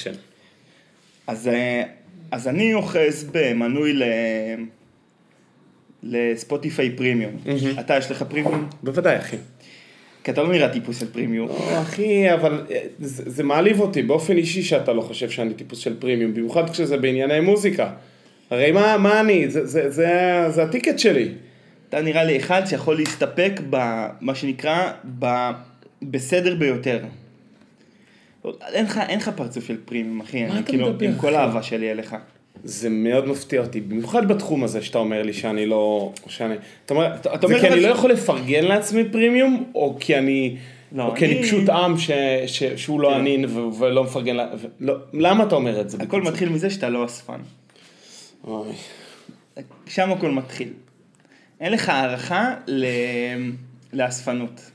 אקשן. אז אני אוחז במנוי לספוטיפיי פרימיום. אתה יש לך פרימיום? בוודאי, אחי. כי אתה לא נראה טיפוס של פרימיום. אחי, אבל זה מעליב אותי באופן אישי שאתה לא חושב שאני טיפוס של פרימיום, במיוחד כשזה בענייני מוזיקה. הרי מה אני? זה הטיקט שלי. אתה נראה לי אחד שיכול להסתפק במה שנקרא בסדר ביותר. אין לך פרצוף של פרימיום, אחי. מה אתה כאילו, מדבר, עם כל אחי? האהבה שלי אליך. זה מאוד מפתיע אותי, במיוחד בתחום הזה שאתה אומר לי שאני לא... אתה אומר, אתה זה אומר כי אני אבל לא יכול לפרגן לעצמי פרימיום, או כי אני... לא, או כי אני פשוט עם שהוא לא ענין ולא מפרגן... למה אתה אומר את זה? הכל מתחיל מזה שאתה לא אספן. אוי. שם הכל מתחיל. אין לך הערכה לאספנות.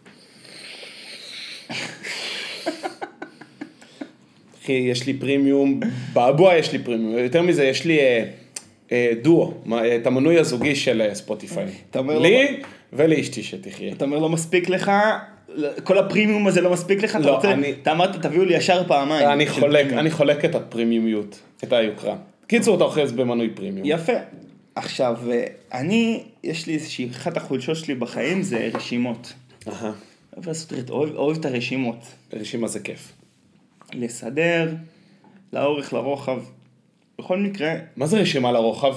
אחי, יש לי פרימיום, באבוע יש לי פרימיום, יותר מזה יש לי דואו, את המנוי הזוגי של ספוטיפיי. לי ולאשתי שתחיה. אתה אומר לא מספיק לך, כל הפרימיום הזה לא מספיק לך, אתה אמרת תביאו לי ישר פעמיים. אני חולק את הפרימיומיות, את היוקרה. קיצור, אתה אוחז במנוי פרימיום. יפה. עכשיו, יש לי איזושהי, אחת החולשות שלי בחיים זה רשימות. אוהב את הרשימות. רשימה זה כיף. לסדר, לאורך, לרוחב. בכל מקרה... מה זה רשימה לרוחב?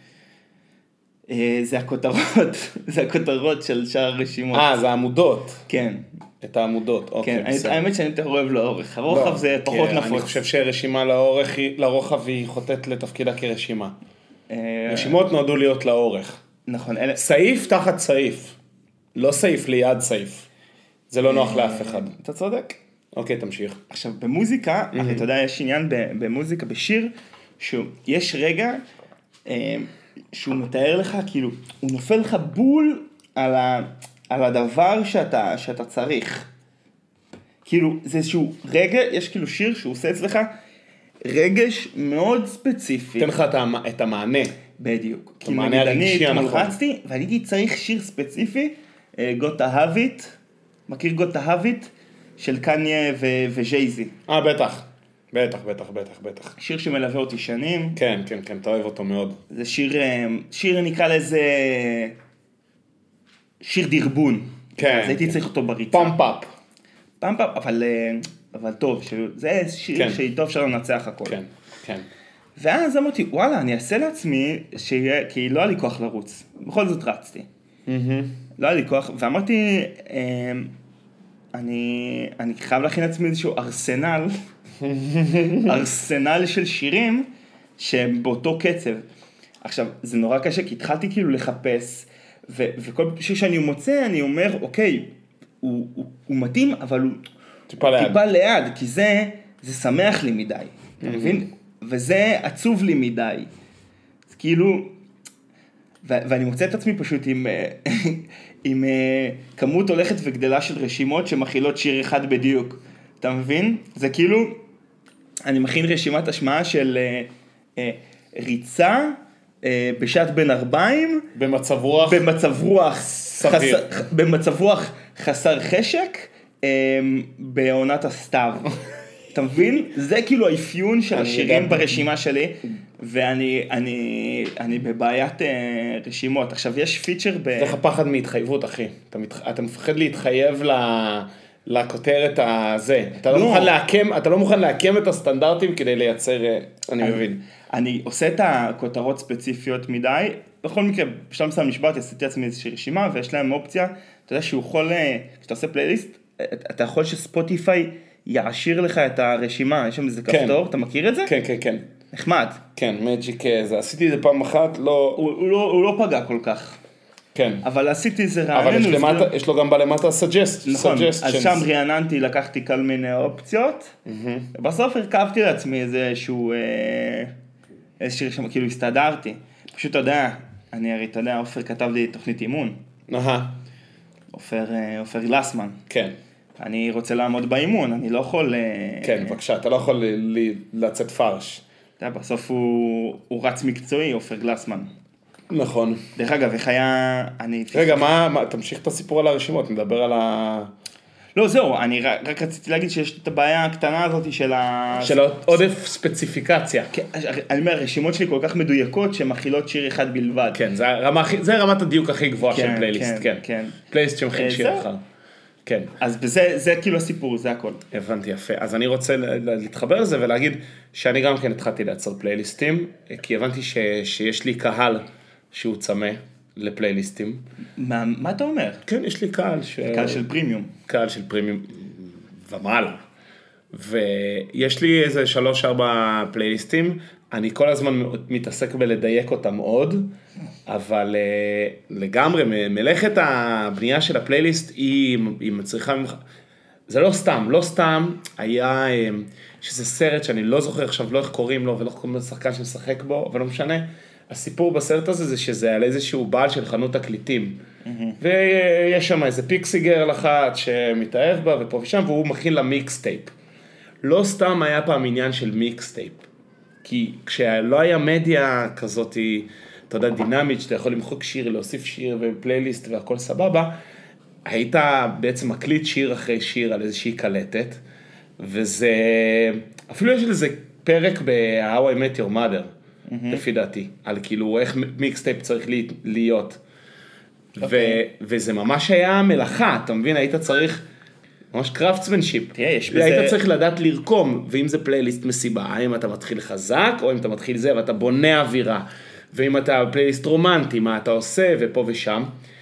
זה הכותרות של שאר הרשימות. זה העמודות. כן. את העמודות, אוקיי. כן, האמת שאני יותר אוהב לאורך. הרוחב זה פחות נפוץ. אני חושב שרשימה לרוחב היא חוטאת לתפקידה כרשימה. רשימות נועדו להיות לאורך. נכון. סעיף תחת סעיף. לא סעיף ליד סעיף. זה לא נוח לאף אחד. אתה צודק. אוקיי, תמשיך. עכשיו, במוזיקה, אתה יודע, יש עניין במוזיקה, בשיר, שיש רגע שהוא מתאר לך, כאילו, הוא נופל לך בול על הדבר שאתה צריך. כאילו, זה איזשהו רגע, יש כאילו שיר שהוא עושה אצלך רגש מאוד ספציפי. תן לך את המענה. בדיוק. את המענה הרגשי הנכון. מלחצתי, ואני הייתי צריך שיר ספציפי, Got to Have It, מכיר Got to Have It? של קניה וג'ייזי. בטח. בטח. שיר שמלווה אותי שנים. כן, אתה אוהב אותו מאוד. זה שיר נקרא לזה, שיר דרבון. כן. אז הייתי צריך אותו בריצה. פאמפ-אפ, אבל טוב, זה שיר שאיתו אפשר לנצח הכל. כן. ואז אמרתי, וואלה, אני אעשה לעצמי, כי לא היה לי כוח לרוץ. בכל זאת רצתי. לא היה לי כוח, ואמרתי, אני חייב להכין לעצמי איזשהו ארסנל של שירים שהם באותו קצב. עכשיו, זה נורא קשה, כי התחלתי כאילו לחפש, וכל שיר שאני מוצא, אני אומר, אוקיי, הוא מתאים, אבל הוא טיפה ליד, כי זה שמח לי מדי, אתה מבין? וזה עצוב לי מדי. אז כאילו, ואני מוצא את עצמי פשוט עם כמות הולכת וגדלה של רשימות שמכילות שיר אחד בדיוק. אתה מבין? זה כאילו, אני מכין רשימת השמעה של ריצה בשעת בין 40. במצב רוח חסר חשק, בעונת הסתיו. אתה מבין? זה כאילו האפיון של השירים ברשימה שלי, ואני בבעיית רשימות. עכשיו, יש פיצ'ר זה לך פחד מהתחייבות, אחי. אתה מפחד להתחייב לכותרת הזה. אתה לא מוכן להקם את הסטנדרטים כדי לייצר, אני מבין. אני עושה את הכותרות ספציפיות מדי. בכל מקרה, בשלב מסוים נשברתי, עשיתי לעצמי איזושהי רשימה, ויש להם אופציה, אתה יודע שהוא יכול, כשאתה עושה פלייליסט, אתה יכול שספוטיפיי יעשיר לך את הרשימה, יש שם איזה כפתור, אתה מכיר את זה? כן. נחמד. כן, מג'יק, עשיתי את זה פעם אחת, לא... הוא לא פגע כל כך. כן. אבל עשיתי איזה רענן. אבל יש לו גם בלמטה suggestions. נכון, אז שם רעננתי, לקחתי כל מיני אופציות, ובסוף הרכבתי לעצמי איזשהו כאילו הסתדרתי. פשוט אתה יודע, אופר כתב לי תוכנית אימון. אופר גלסמן. כן. אני רוצה לעמוד באימון, אני לא יכול... כן, בבקשה, אתה לא יכול לצאת פרש. אתה יודע, בסוף הוא רץ מקצועי, אופר גלסמן. נכון. דרך אגב, איך היה... רגע, תמשיך את הסיפור על הרשימות, נדבר על לא, זהו, אני רק רציתי להגיד שיש את הבעיה הקטנה הזאת של עודף ספציפיקציה. אני אומר, הרשימות שלי כל כך מדויקות שמכילות שיר אחד בלבד. כן, זה רמת הדיוק הכי גבוהה של פלייליסט, כן. פלייליסט שמכיל שיר אחד. כן. אז זה כאילו הסיפור, זה הכל. הבנתי, יפה. אז אני רוצה להתחבר לזה ולהגיד שאני גם כן התחלתי לייצר פלייליסטים, כי הבנתי שיש לי קהל שהוא צמא לפלייליסטים. מה אתה אומר? כן, יש לי קהל קהל של פרימיום. קהל של פרימיום ומעלה. ויש לי איזה 3-4 פלייליסטים, אני כל הזמן מתעסק בלדייק אותם עוד, אבל לגמרי, מלאכת הבנייה של הפלייליסט היא מצריכה ממך, זה לא סתם היה שזה סרט שאני לא זוכר עכשיו, לא איך קוראים לו ולא איך קוראים לשחקן שמשחק בו, אבל לא משנה, הסיפור בסרט הזה זה שזה על איזשהו בעל של חנות תקליטים, ויש שם איזה פיקסיגר אחת שמתאהב בה ופה ושם, והוא מכין לה מיקסטייפ. לא סתם היה פעם עניין של מיקסטייפ, כי כשלא היה מדיה כזאת, אתה יודע, דינמית, שאתה יכול למחוק שיר, להוסיף שיר ופלייליסט והכל סבבה, היית בעצם מקליט שיר אחרי שיר על איזושהי קלטת, וזה, אפילו יש לזה פרק ב-How I Met Your Mother, לפי דעתי, על כאילו איך מיקסטייפ צריך להיות. וזה ממש היה מלאכה, אתה מבין, היית צריך ממש קראפטסמנשיפ. היית צריך לדעת לרקום, ואם זה פלייליסט מסיבה, האם אתה מתחיל חזק, או אם אתה מתחיל זה, ואתה בונה אווירה, ואם אתה פלייליסט רומנטי, מה אתה עושה, ופה ושם.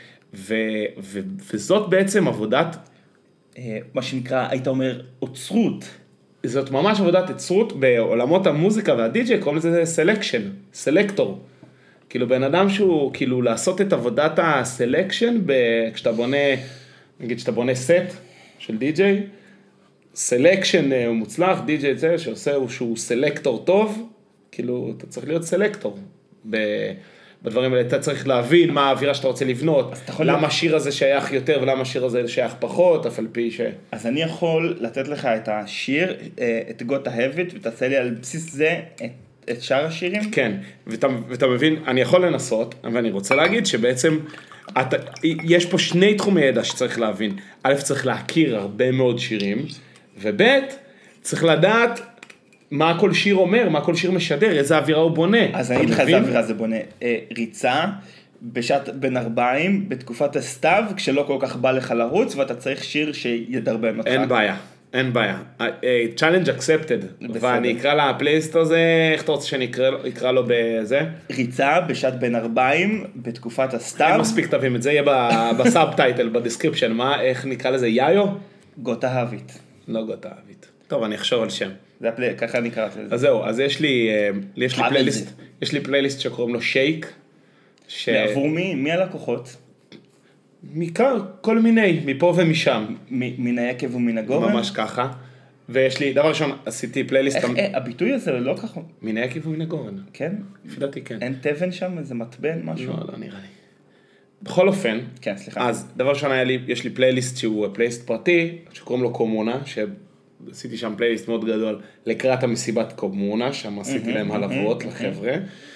וזאת בעצם עבודת, מה שנקרא, היית אומר, אוצרות. זאת ממש עבודת אוצרות בעולמות המוזיקה והדי-ג'יי, קוראים לזה סלקשן, סלקטור. כאילו בן אדם שהוא, כאילו לעשות את עבודת הסלקשן, כשאתה בונה, נגיד שאתה בונה סט של די-ג'יי, סלקשן הוא מוצלח, די-ג'יי זה שעושה שהוא סלקטור טוב, כאילו אתה צריך להיות סלקטור בדברים האלה, אתה צריך להבין מה האווירה שאתה רוצה לבנות, למה השיר הזה שייך יותר ולמה השיר הזה שייך פחות, אף על פי ש... אז אני יכול לתת לך את השיר, את גוטה הביט, ותעשה לי על בסיס זה את שאר השירים? כן, ואתה מבין, אני יכול לנסות, אבל אני רוצה להגיד שבעצם, יש פה שני תחומי ידע שצריך להבין. א', צריך להכיר הרבה מאוד שירים, וב', צריך לדעת מה כל שיר אומר, מה כל שיר משדר, איזה אווירה הוא בונה. אז אני אגיד לך איזה אווירה זה בונה. ריצה, בשעת בין 40, בתקופת הסתיו, כשלא כל כך בא לך לרוץ, ואתה צריך שיר שידרבן אותך. אין בעיה. Challenge accepted. ואני אקרא לפלייליסט הזה, איך אתה רוצה שאני אקרא לו בזה? ריצה בשעת בין 40, בתקופת הסתיו. אין מספיק תווים, את זה יהיה בסאבטייטל, בדיסקריפשן. מה, איך נקרא לזה? יאיו? גוטה הביט. לא גוטה הביט. טוב, אני אחשוב על שם. ככה אני קראתי לזה. אז זהו, אז יש לי פלייליסט שקוראים לו שייק. עבור מי הלקוחות? מכאן, כל מיני, מפה ומשם. מן היקב ומן הגורן? ממש ככה. ויש לי, דבר ראשון, עשיתי פלייליסט... הביטוי הזה לא ככה. מן היקב ומן הגורן. כן? לפי כן. אין תבן שם, איזה מטבן, משהו? לא נראה לי. בכל אופן, כן, סליחה. אז דבר ראשון יש לי פלייליסט שהוא פלייליסט פרטי, שקוראים לו קומונה, שעשיתי שם פלייליסט מאוד גדול לקראת המסיבת קומונה, שם עשיתי להם הלוות לחבר'ה.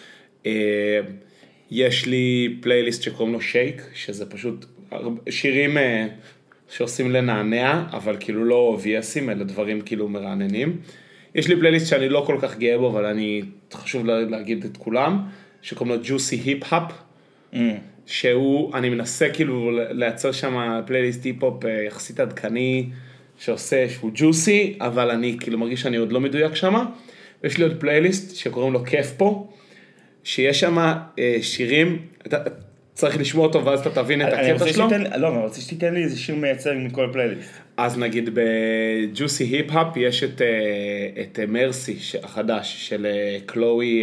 יש לי פלייליסט שקוראים לו שייק, שזה פשוט שירים שעושים לנענע, אבל כאילו לא אובייסים, אלא דברים כאילו מרעננים. יש לי פלייליסט שאני לא כל כך גאה בו, אבל חשוב להגיד את כולם, שקוראים לו ג'וסי היפ-הפ, שהוא, אני מנסה כאילו לייצר שם פלייליסט היפ-הופ יחסית עדכני, שעושה, שהוא ג'וסי, אבל אני כאילו מרגיש שאני עוד לא מדויק שם. ויש לי עוד פלייליסט שקוראים לו כיף פה, שיש שם שירים, צריך לשמוע אותו ואז אתה תבין את הקטע שלו. לא, אני רוצה שתיתן לי איזה שיר מייצר מכל פלייליסט. אז נגיד בג'וסי היפ-הפ יש את מרסי החדש של קלואי,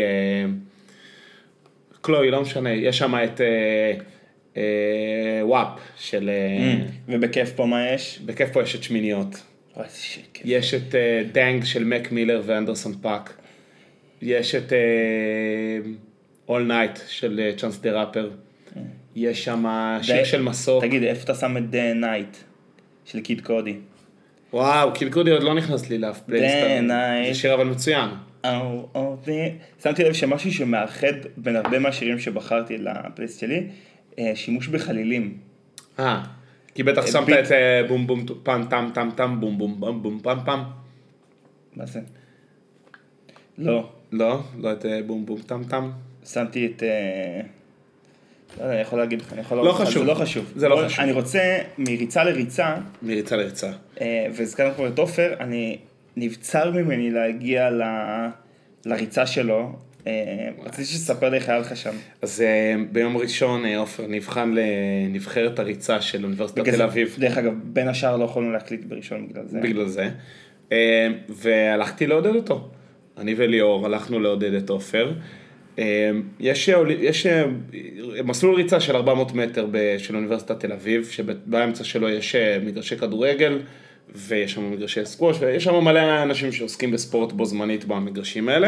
לא משנה, יש שם את וואפ של... ובכיף פה מה יש? בכיף פה יש את שמיניות. יש את דנג של מק מילר ואנדרסון פאק. יש את All Night של צ'אנס דה ראפר. יש שם שיר של מסוק. תגיד, איפה אתה שם את The Night של קיד קודי? וואו, קיד קודי עוד לא נכנס לי לאף פלייליסט. זה שיר אבל מצוין. שמתי לב שמשהו שמאחד בין הרבה מהשירים שבחרתי לפלייליסט שלי, שימוש בחלילים. כי בטח שמת את בום בום פם טם טם טם בום בום בום בום פם פם. מה זה? לא. לא? לא את בום בום טם טם? שמתי את... לא יודע, אני יכול להגיד לך, לא חשוב. זה לא חשוב. זה לא חשוב. אני רוצה מריצה לריצה. מריצה לריצה. והזכרנו כבר את עופר, אני נבצר ממני להגיע לריצה שלו. רציתי שתספר לי איך היה לך שם. אז ביום ראשון עופר נבחן לנבחרת הריצה של אוניברסיטת תל אביב. דרך אגב, בין השאר לא יכולנו להקליט בראשון בגלל זה. בגלל זה. והלכתי לעודד אותו. אני וליאור הלכנו לעודד את עופר. יש מסלול ריצה של 400 מטר של אוניברסיטת תל אביב, שבאמצע שלו יש מגרשי כדורגל, ויש שם מגרשי סקווש, ויש שם מלא אנשים שעוסקים בספורט בו זמנית במגרשים האלה.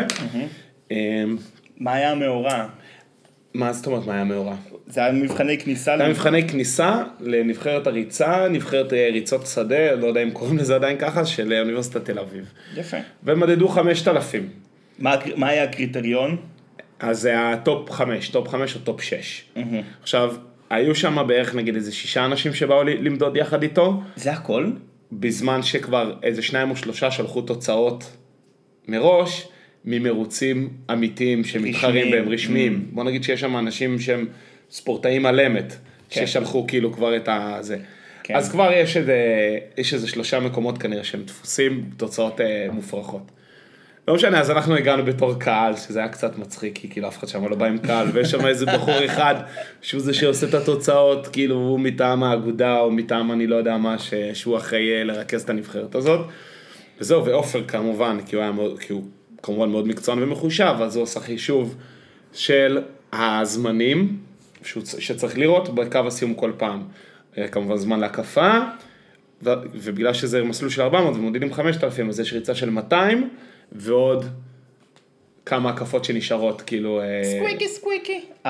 מה היה המאורע? מה זאת אומרת מה היה המאורע? זה היה מבחני כניסה? זה היה מבחני כניסה לנבחרת הריצה, נבחרת ריצות שדה, לא יודע אם קוראים לזה עדיין ככה, של אוניברסיטת תל אביב. יפה. ומדדו 5,000. מה היה הקריטריון? אז זה הטופ 5 או טופ 6. עכשיו, היו שם בערך נגיד איזה 6 אנשים שבאו למדוד יחד איתו. זה הכל? בזמן שכבר איזה 2 או 3 שלחו תוצאות מראש, ממרוצים אמיתיים שמתחרים בהם, רשמיים. בוא נגיד שיש שם אנשים שהם ספורטאים על אמת, ששלחו כאילו כבר את הזה. אז כבר יש איזה 3 מקומות כנראה שהם דפוסים, תוצאות מופרכות. לא משנה, אז אנחנו הגענו בתור קהל, שזה היה קצת מצחיק, כי כאילו אף אחד שם לא בא עם קהל, ויש שם איזה בחור אחד, שהוא זה שעושה את התוצאות, כאילו הוא מטעם האגודה, או מטעם אני לא יודע מה, שהוא אחראי לרכז את הנבחרת הזאת. וזהו, ועופר כמובן, כי הוא כמובן מאוד מקצוען ומחושב, אז הוא עושה חישוב של הזמנים, שצריך לראות בקו הסיום כל פעם. כמובן זמן להקפה, ובגלל שזה מסלול של 400 ומודדים 5,000, אז יש ריצה של 200, ועוד כמה הקפות שנשארות, כאילו... סקוויקי. 4-12.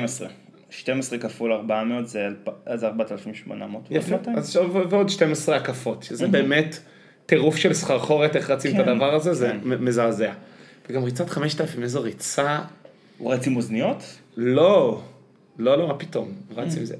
12 כפול 400 זה 4,800. יפה, אז ועוד 12 הקפות, שזה באמת טירוף של סחרחורת, איך רצים את הדבר הזה, זה מזעזע. וגם ריצת 5,000, איזו ריצה... הוא רץ עם אוזניות? לא, מה פתאום, רץ עם זה.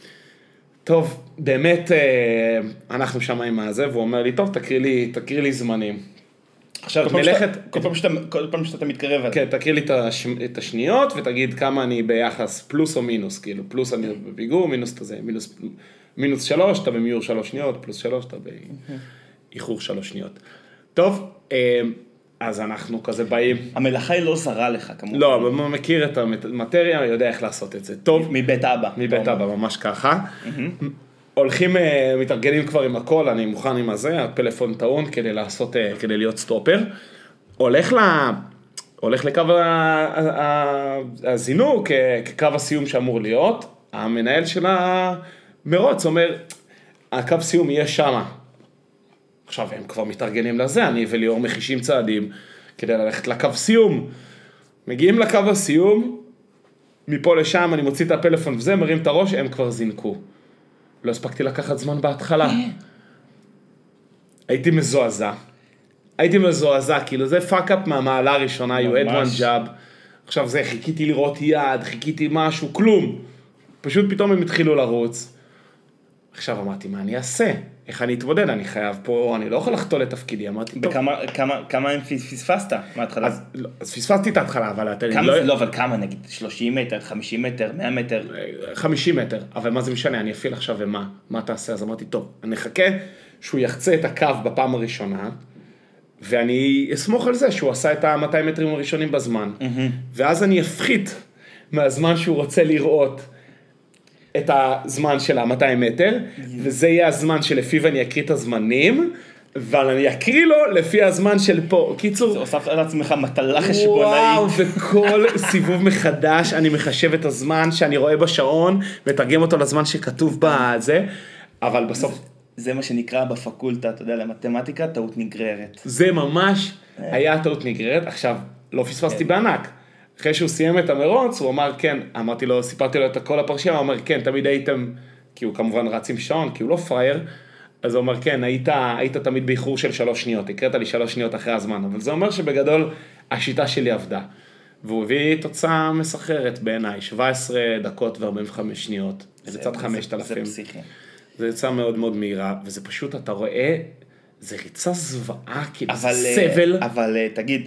טוב, באמת, אנחנו שם עם הזה, והוא אומר לי, טוב, תקריא לי זמנים. עכשיו, מלאכת... כל פעם שאתה מתקרב. כן, תקריא לי את השניות, ותגיד כמה אני ביחס פלוס או מינוס, כאילו, פלוס אני בפיגור, מינוס אתה זה, מינוס 3, אתה במיור 3 שניות, פלוס 3, אתה באיחור 3 שניות. טוב, אז אנחנו כזה באים... המלאכה היא לא זרה לך, כמובן. לא, אבל מכיר את המטריה, יודע איך לעשות את זה. טוב. מבית אבא. מבית אבא, ממש ככה. הולכים, מתארגנים כבר עם הכל, אני מוכן עם הזה, הפלאפון טעון כדי להיות סטופר. הולך לקו הזינוק, כקו הסיום שאמור להיות. המנהל של המרוץ אומר, הקו סיום יהיה שמה. עכשיו הם כבר מתארגנים לזה, אני וליאור מחישים צעדים כדי ללכת לקו סיום. מגיעים לקו הסיום, מפה לשם אני מוציא את הפלאפון וזה, מרים את הראש, הם כבר זינקו. לא הספקתי לקחת זמן בהתחלה. הייתי מזועזע, כאילו זה פאק-אפ מהמעלה הראשונה, you had one job. עכשיו זה, חיכיתי לראות יד, חיכיתי משהו, כלום. פשוט פתאום הם התחילו לרוץ. עכשיו אמרתי, מה אני אעשה? איך אני אתמודד? אני חייב פה, אני לא יכול לחתול לתפקידי, אמרתי, טוב. כמה הם פספסת מההתחלה? אז פספסתי את ההתחלה, אבל אתה... לא, אבל כמה נגיד? 30 מטר, 50 מטר, 100 מטר? 50 מטר, אבל מה זה משנה? אני אפעיל עכשיו ומה? מה תעשה? אז אמרתי, טוב, אני אחכה שהוא יחצה את הקו בפעם הראשונה, ואני אסמוך על זה שהוא עשה את ה-200 מטרים הראשונים בזמן, ואז אני אפחית מהזמן שהוא רוצה לראות את הזמן של ה-200 מטר, וזה יהיה הזמן שלפיו אני אקריא את הזמנים, אבל אני אקריא לו לפי הזמן של פה. קיצור... הוספת על עצמך מטלה חשבונאית. וואו, וכל סיבוב מחדש אני מחשב את הזמן שאני רואה בשעון, ותרגם אותו לזמן שכתוב בזה, אבל בסוף... זה מה שנקרא בפקולטה, אתה יודע, למתמטיקה, טעות נגררת. זה ממש היה טעות נגררת. עכשיו, לא פספסתי בענק. אחרי שהוא סיים את המרוץ, הוא אמר כן, אמרתי לו, סיפרתי לו את כל הפרשייה, הוא אמר כן, תמיד הייתם, כי הוא כמובן רץ עם שעון, כי הוא לא פרייר, אז הוא אמר כן, היית תמיד באיחור של 3 שניות, הקראת לי 3 שניות אחרי הזמן, אבל זה אומר שבגדול השיטה שלי עבדה, והוא הביא תוצאה מסחררת בעיניי, 17 דקות ו45 שניות, זה קצת 5,000. זה פסיכי. זה ריצה מאוד מאוד מהירה, וזה פשוט, אתה רואה, זה ריצה זוועה, כאילו זה סבל. אבל תגיד,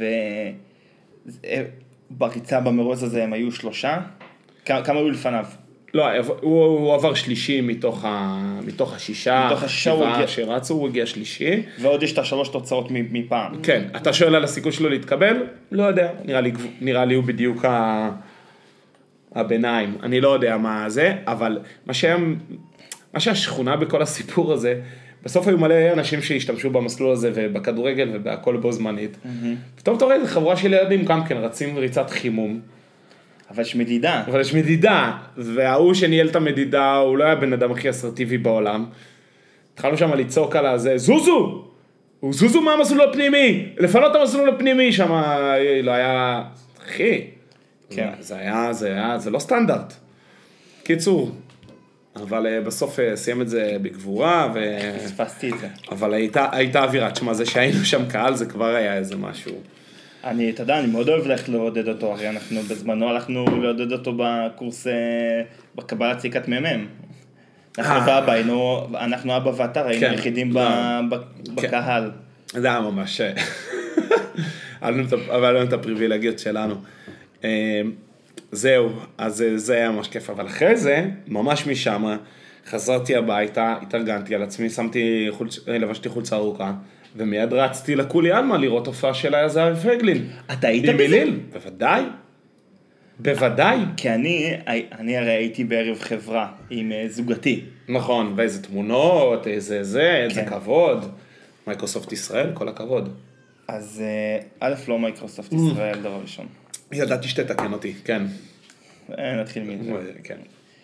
בריצה במרוץ הזה הם היו 3? כמה היו לפניו? לא, הוא עבר שלישי מתוך השישה, מתוך השישה שרצו, הוא הגיע שלישי. ועוד יש את 3 תוצאות מפעם. כן, אתה שואל על הסיכוי שלו להתקבל? לא יודע, נראה לי הוא בדיוק הביניים, אני לא יודע מה זה, אבל מה שהשכונה בכל הסיפור הזה, בסוף היו מלא אנשים שהשתמשו במסלול הזה ובכדורגל ובהכל בו זמנית. פתאום אתה רואה את חבורה של ילדים גם כן רצים ריצת חימום. אבל יש מדידה. וההוא שניהל את המדידה, הוא לא היה בן אדם הכי אסרטיבי בעולם. התחלנו שם לצעוק על הזה, זוזו מהמסלול הפנימי, לפנות את המסלול הפנימי, שם לא היה, אחי, כן. זה לא סטנדרט. קיצור, אבל בסוף סיים את זה בגבורה, פספסתי את זה. אבל הייתה אווירה, תשמע, זה שהיינו שם קהל, זה כבר היה איזה משהו. אתה יודע, אני מאוד אוהב ללכת לעודד אותו, הרי אנחנו בזמנו הלכנו לעודד אותו בקורס, בקבלת סיכת מ"מ. אנחנו אבא ואתה, היינו יחידים בקהל. זה היה ממש, אבל לא את הפריבילגיות שלנו. זהו, אז זה היה ממש כיף, אבל אחרי זה, ממש משם, חזרתי הביתה, התארגנתי על עצמי, לבשתי חולצה ארוכה, ומיד רצתי לקולי אלמה לראות הופעה של זהבי פייגלין. אתה היית בזה? בוודאי. כי אני הרי הייתי בערב חברה עם זוגתי. נכון, ואיזה תמונות, איזה כבוד. מייקרוסופט ישראל, כל הכבוד. אז א' לא מייקרוסופט ישראל, דבר ראשון. ידעתי שתתקן אותי, כן. נתחיל מזה. כן.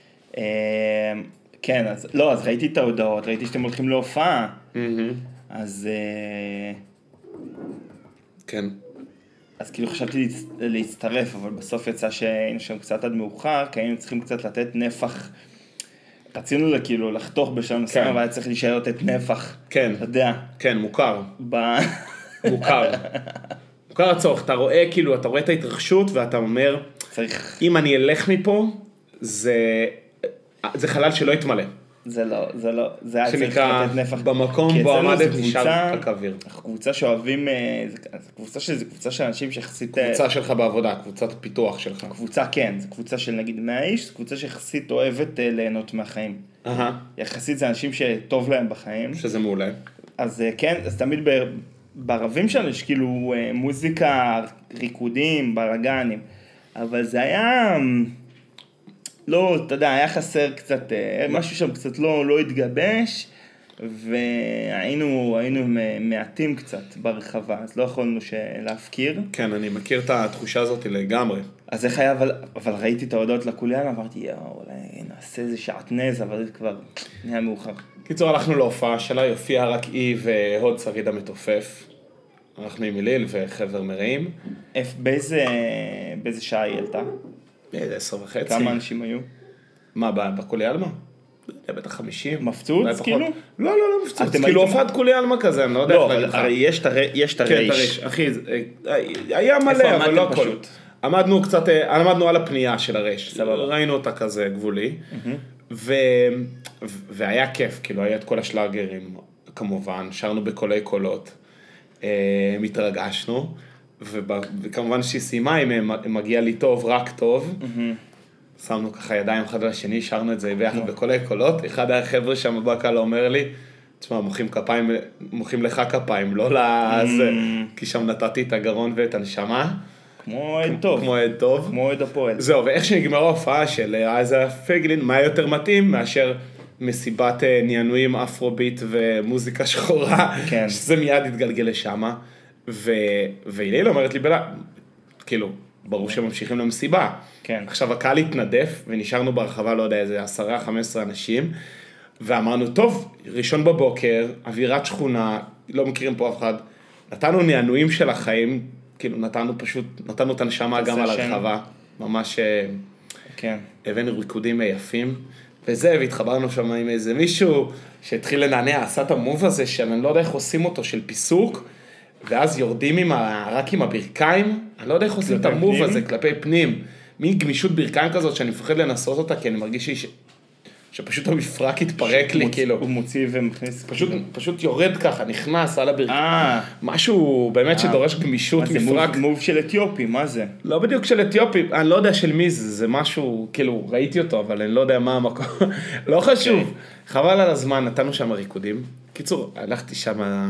כן, אז ראיתי את ההודעות, ראיתי שאתם הולכים להופעה. אז כן. אז כאילו חשבתי להצטרף, אבל בסוף יצא שהיינו שם קצת עד מאוחר, כי היינו צריכים קצת לתת נפח. רצינו כאילו לחתוך בשם מסוים, אבל היה צריך להישאר לתת נפח. כן. אתה יודע. כן, מוכר. מוכר הצורך, אתה רואה כאילו, אתה רואה את ההתרחשות ואתה אומר, אם אני אלך מפה, זה חלל שלא יתמלא. זה היה צריך לתת נפח. במקום בו עמדת נשאר רק אוויר. קבוצה שאוהבים, זו קבוצה של אנשים שיחסית... קבוצה שלך בעבודה, קבוצת פיתוח שלך. קבוצה כן, זו קבוצה של נגיד 100 איש, זו קבוצה שיחסית אוהבת ליהנות מהחיים. יחסית זה אנשים שטוב להם בחיים. שזה מעולה. אז כן, אז תמיד בערבים שלנו יש כאילו מוזיקה, ריקודים, ברגנים, אבל זה היה... לא, אתה יודע, היה חסר קצת, משהו שם קצת לא התגבש, והיינו מעטים קצת ברחבה, אז לא יכולנו להפקיר. כן, אני מכיר את התחושה הזאת לגמרי. אז איך היה, אבל ראיתי את ההודעות לקוליאן, אמרתי, אולי נעשה איזה שעטנז, אבל זה כבר נהיה מאוחר. קיצור, הלכנו להופעה שלה, יופיע רק היא והוד שריד המתופף. הלכנו עם אליל וחבר מרעים. באיזה שעה היא עלתה? 10:30. כמה אנשים היו? מה, בקולי אלמה? בטח 50. מפצוץ כאילו? לא מפצוץ, כאילו הופעת קולי אלמה כזה, אני לא יודע. לא, אבל הרי יש את הרייש. אחי, היה מלא, אבל לא הכל. עמדנו על הפנייה של הרייש, ראינו אותה כזה גבולי, והיה כיף, כאילו היה את כל השלאגרים, כמובן, שרנו בקולי קולות, מתרגשנו, וכמובן שהיא סיימה, אם מגיע לי טוב, רק טוב, שמנו ככה ידיים אחד לשני, שרנו את זה ביחד בקולי קולות, אחד החבר'ה שם בקהל אומר לי, תשמע, מוחאים לך כפיים, לא לזה, כי שם נתתי את הגרון ואת הנשמה. כמו עד טוב. כמו עד הפועל. זהו, ואיך שנגמרה ההופעה של זהבי פייגלין, מה יותר מתאים מאשר מסיבת ניינויים אפרוביט ומוזיקה שחורה, שזה מיד התגלגל לשמה. והיליל אומרת לי, כאילו, ברור שממשיכים למסיבה. כן. עכשיו הקהל התנדף, ונשארנו ברחבה, לא יודע, איזה 10-15 אנשים, ואמרנו, טוב, ראשון בבוקר, אווירת שכונה, לא מכירים פה אף אחד, נתנו נענועים של החיים, כאילו נתנו את הנשמה גם על הרחבה, ממש, כן. הבאנו ריקודים יפים, וזה, והתחברנו שם עם איזה מישהו, שהתחיל לנענע, עשה את המוב הזה, שאני לא יודע איך עושים אותו, של פיסוק, ואז יורדים רק עם הברכיים, אני לא יודע איך עושים את המוב הזה כלפי פנים, מין גמישות ברכיים כזאת שאני מפחד לנסות אותה, כי אני מרגיש שפשוט המפרק התפרק לי, כאילו. הוא מוציא ומכניס. פשוט יורד ככה, נכנס על הברכיים. משהו באמת שדורש גמישות מפרק. זה מוב של אתיופי, מה זה? לא בדיוק של אתיופי, אני לא יודע של מי זה, זה משהו, כאילו, ראיתי אותו, אבל אני לא יודע מה המקום. לא חשוב. חבל על הזמן, נתנו שם ריקודים. קיצור, הלכתי שם...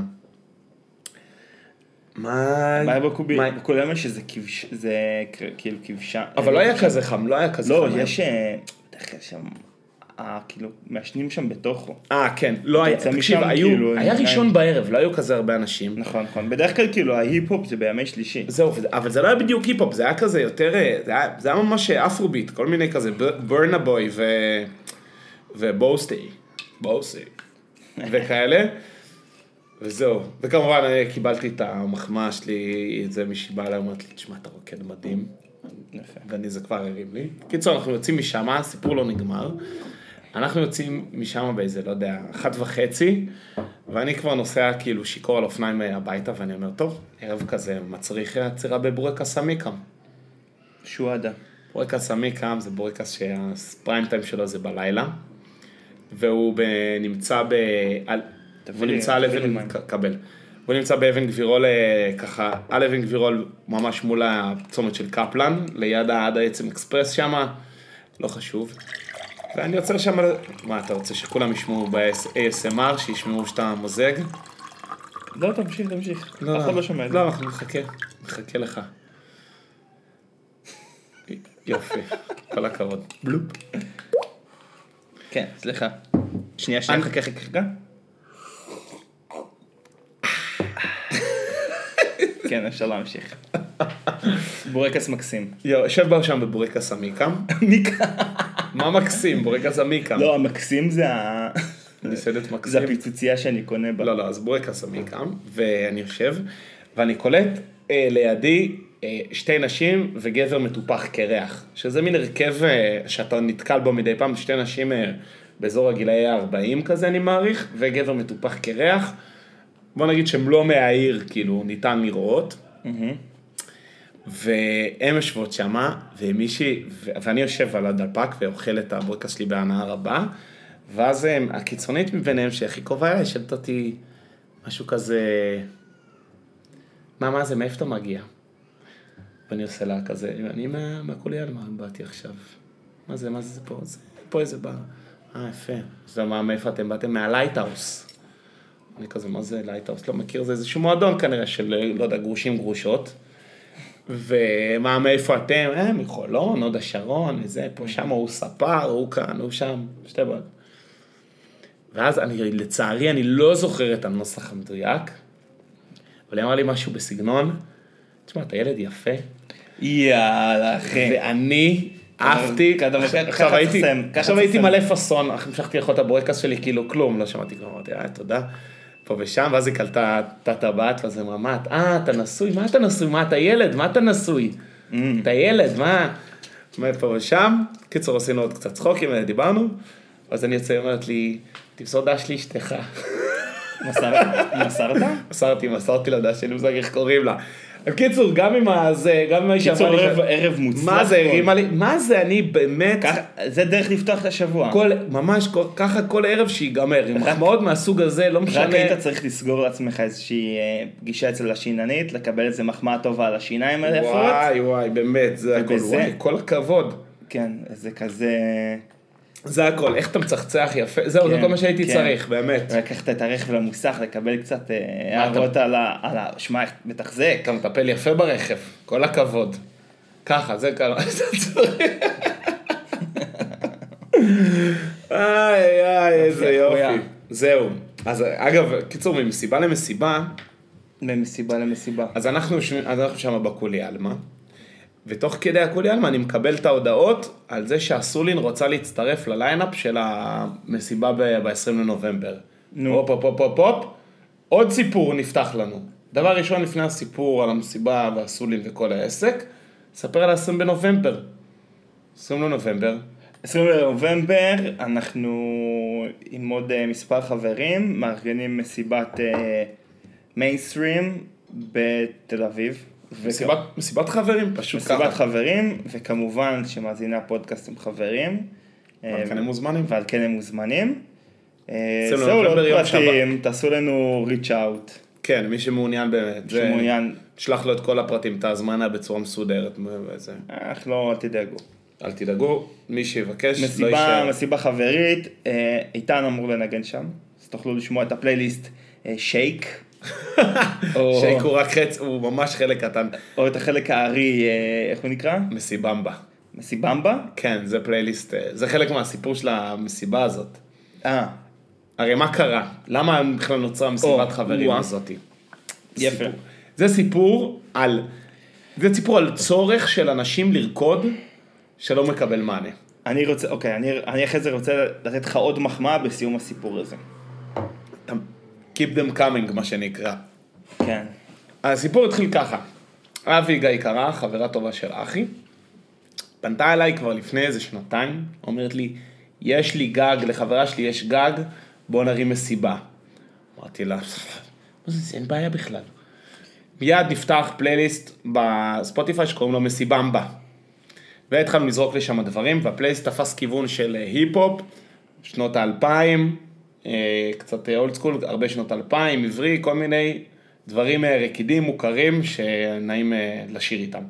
מה בקולמה שזה כאילו כבשה. אבל לא היה כזה חם, לא היה כזה חם. לא, יש... שם... כאילו, מעשנים שם בתוכו. כן, לא היה, תקשיב, היה ראשון בערב, לא היו כזה הרבה אנשים. נכון, נכון. בדרך כלל כאילו, ההיפ-הופ זה בימי שלישי. זהו, אבל זה לא היה בדיוק היפ-הופ, זה היה כזה יותר, זה היה ממש אפרוביט, כל מיני כזה, ברנה בוי ובוסטי, וכאלה. וזהו, וכמובן אני קיבלתי את המחמאה שלי, את זה מישהי באה לה, אמרת לי, תשמע, אתה רוקד מדהים. ואני זה כבר הרים לי. קיצור, אנחנו יוצאים משם, הסיפור לא נגמר. אנחנו יוצאים משם באיזה, לא יודע, 1:30, ואני כבר נוסע כאילו שיקור על אופניים הביתה, ואני אומר, טוב, ערב כזה מצריך עצירה בבורקס המיקם. שועדה. בורקס המיקם זה בורקס שהפריים טיים שלו זה בלילה, והוא נמצא הוא נמצא באבן גבירול, ככה, על אבן גבירול ממש מול הצומת של קפלן, ליד עד העצם אקספרס שם, לא חשוב. ואני יוצא שם, מה אתה רוצה, שכולם ישמעו ב-ASMR, שישמעו שאתה מוזג? לא, תמשיך. אף אחד לא שומע את זה. לא, אנחנו נחכה לך. יופי, כל הכבוד. בלופ. כן, סליחה. שנייה, חכה. כן, אפשר להמשיך. בורקס מקסים. יושב בה שם בבורקס המיקם. מה מקסים? בורקס המיקם. לא, המקסים זה מסעדת מקסים. זה הפיצוצייה שאני קונה בה. לא, אז בורקס המיקם, ואני יושב, ואני קולט לידי שתי נשים וגבר מטופח קרח, שזה מין הרכב שאתה נתקל בו מדי פעם, שתי נשים באזור הגילאי 40 כזה אני מעריך, וגבר מטופח קרח, בוא נגיד שהם לא מהעיר, כאילו, ניתן לראות, והם יושבות שמה, ואני יושב על הדלפק ואוכל את הבורקס שלי בהנאה רבה, ואז הקיצונית מביניהם שהכי קרובה אליי, שאלת אותי משהו כזה, מה זה, מאיפה אתה מגיע? ואני עושה לה כזה, אני מהקוליאל, מה באתי עכשיו? מה זה פה? זה פה איזה בר. יפה. אז מאיפה אתם באתם? מהלייטהאוס. אני כזה, מה זה לייטהאוס? לא מכיר, זה איזשהו מועדון כנראה של, לא יודע, גרושים גרושות. מאיפה אתם? מחולון, עוד השרון, איזה, פה שם, הוא ספר, הוא כאן, הוא שם, שתי בעד. ואז לצערי, אני לא זוכר את הנוסח המדויק, אבל היא אמרה לי משהו בסגנון, תשמע, אתה ילד יפה. יאללה, אחי. ואני אהבתי, עכשיו הייתי מלא פסון, המשכתי לאכול את הבורקס שלי, כאילו כלום, לא שמעתי כבר, אמרתי, תודה, פה ושם, ואז היא קלטה את הטבעת, ואז היא אמרה, מה, אתה נשוי? מה אתה נשוי? מה, אתה ילד? מה אתה נשוי? אתה ילד, מה? פה ושם, קיצור, עשינו עוד קצת צחוקים, דיברנו, אז אני יוצא, אומרת לי, תמסור דש לי אשתך. מסרת? מסרתי לדש שלי, מוזג איך קוראים לה. בקיצור, גם עם הזה, גם עם האישה... קיצור, ערב מוצלח. מה זה, הרימה לי? מה זה, אני באמת... זה דרך לפתוח את השבוע. ממש, ככה כל ערב שיגמר, עם מחמאות מהסוג הזה, לא משנה... רק היית צריך לסגור לעצמך איזושהי פגישה אצל השיננית, לקבל איזה מחמאה טובה על השיניים האלה. וואי, באמת, זה הכל, וואי, כל הכבוד. כן, זה כזה... זה הכל, איך אתה מצחצח יפה, זהו, זה כל מה שהייתי צריך, באמת. לקחת את הרכב למוסך, לקבל קצת הערות על שמה, איך מתחזק. אתה מטפל יפה ברכב, כל הכבוד. ככה, זה ככה, זה צריך. איזה יופי. זהו. אז אגב, קיצור, ממסיבה למסיבה. אז אנחנו שם בקולי אלמה. ותוך כדי הקולי אלמה אני מקבל את ההודעות על זה שהסולין רוצה להצטרף לליינאפ של המסיבה ב-20 לנובמבר. הופ, עוד סיפור נפתח לנו. דבר ראשון לפני הסיפור על המסיבה והסולין וכל העסק, ספר על 20 בנובמבר. 20 לנובמבר. 20 לנובמבר, אנחנו עם עוד מספר חברים, מארגנים מסיבת מיינסטרים בתל אביב. מסיבת חברים, פשוט ככה. מסיבת חברים, וכמובן שמאזיני הפודקאסט הם חברים, ועל כן הם מוזמנים. ועל כן הם מוזמנים. אצלנו זהו, נובמבר, לעוד יום פרטים, תעשו לנו reach out. כן, מי שמעוניין באמת. שמעוניין. שלח לו את כל הפרטים, את ההזמנה בצורה מסודרת. וזה. אך לא, תדאגו. אל תדאגו, מי שיבקש לא יישאר. מסיבה חברית, איתן אמור לנגן שם, אז תוכלו לשמוע את הפלייליסט שייק. שייק הוא רק חץ, הוא ממש חלק קטן. או את החלק הארי, איך הוא נקרא? מסיבמבה. מסיבמבה? כן, זה פלייליסט, זה חלק מהסיפור של המסיבה הזאת. הרי מה קרה? למה בכלל נוצרה מסיבת חברים הזאת? יפה. זה סיפור על צורך של אנשים לרקוד שלא מקבל מענה. אני רוצה, אוקיי, אני אחרי זה רוצה לתת לך עוד מחמאה בסיום הסיפור הזה. Keep them coming, מה שנקרא. כן. הסיפור התחיל ככה. אביג היקרה, חברה טובה של אחי, פנתה אליי כבר לפני איזה שנתיים, אומרת לי, יש לי גג, לחברה שלי יש גג, בוא נרים מסיבה. אמרתי לה, מה זה, אין בעיה בכלל. מיד נפתח פלייליסט בספוטיפיי שקוראים לו מסיבמבה. והתחלנו לזרוק לשם דברים, והפלייליסט תפס כיוון של היפ-הופ, שנות ה-2000, קצת אולד סקול, הרבה שנות 2000, עברי, כל מיני דברים רקידים מוכרים שנעים לשיר איתם.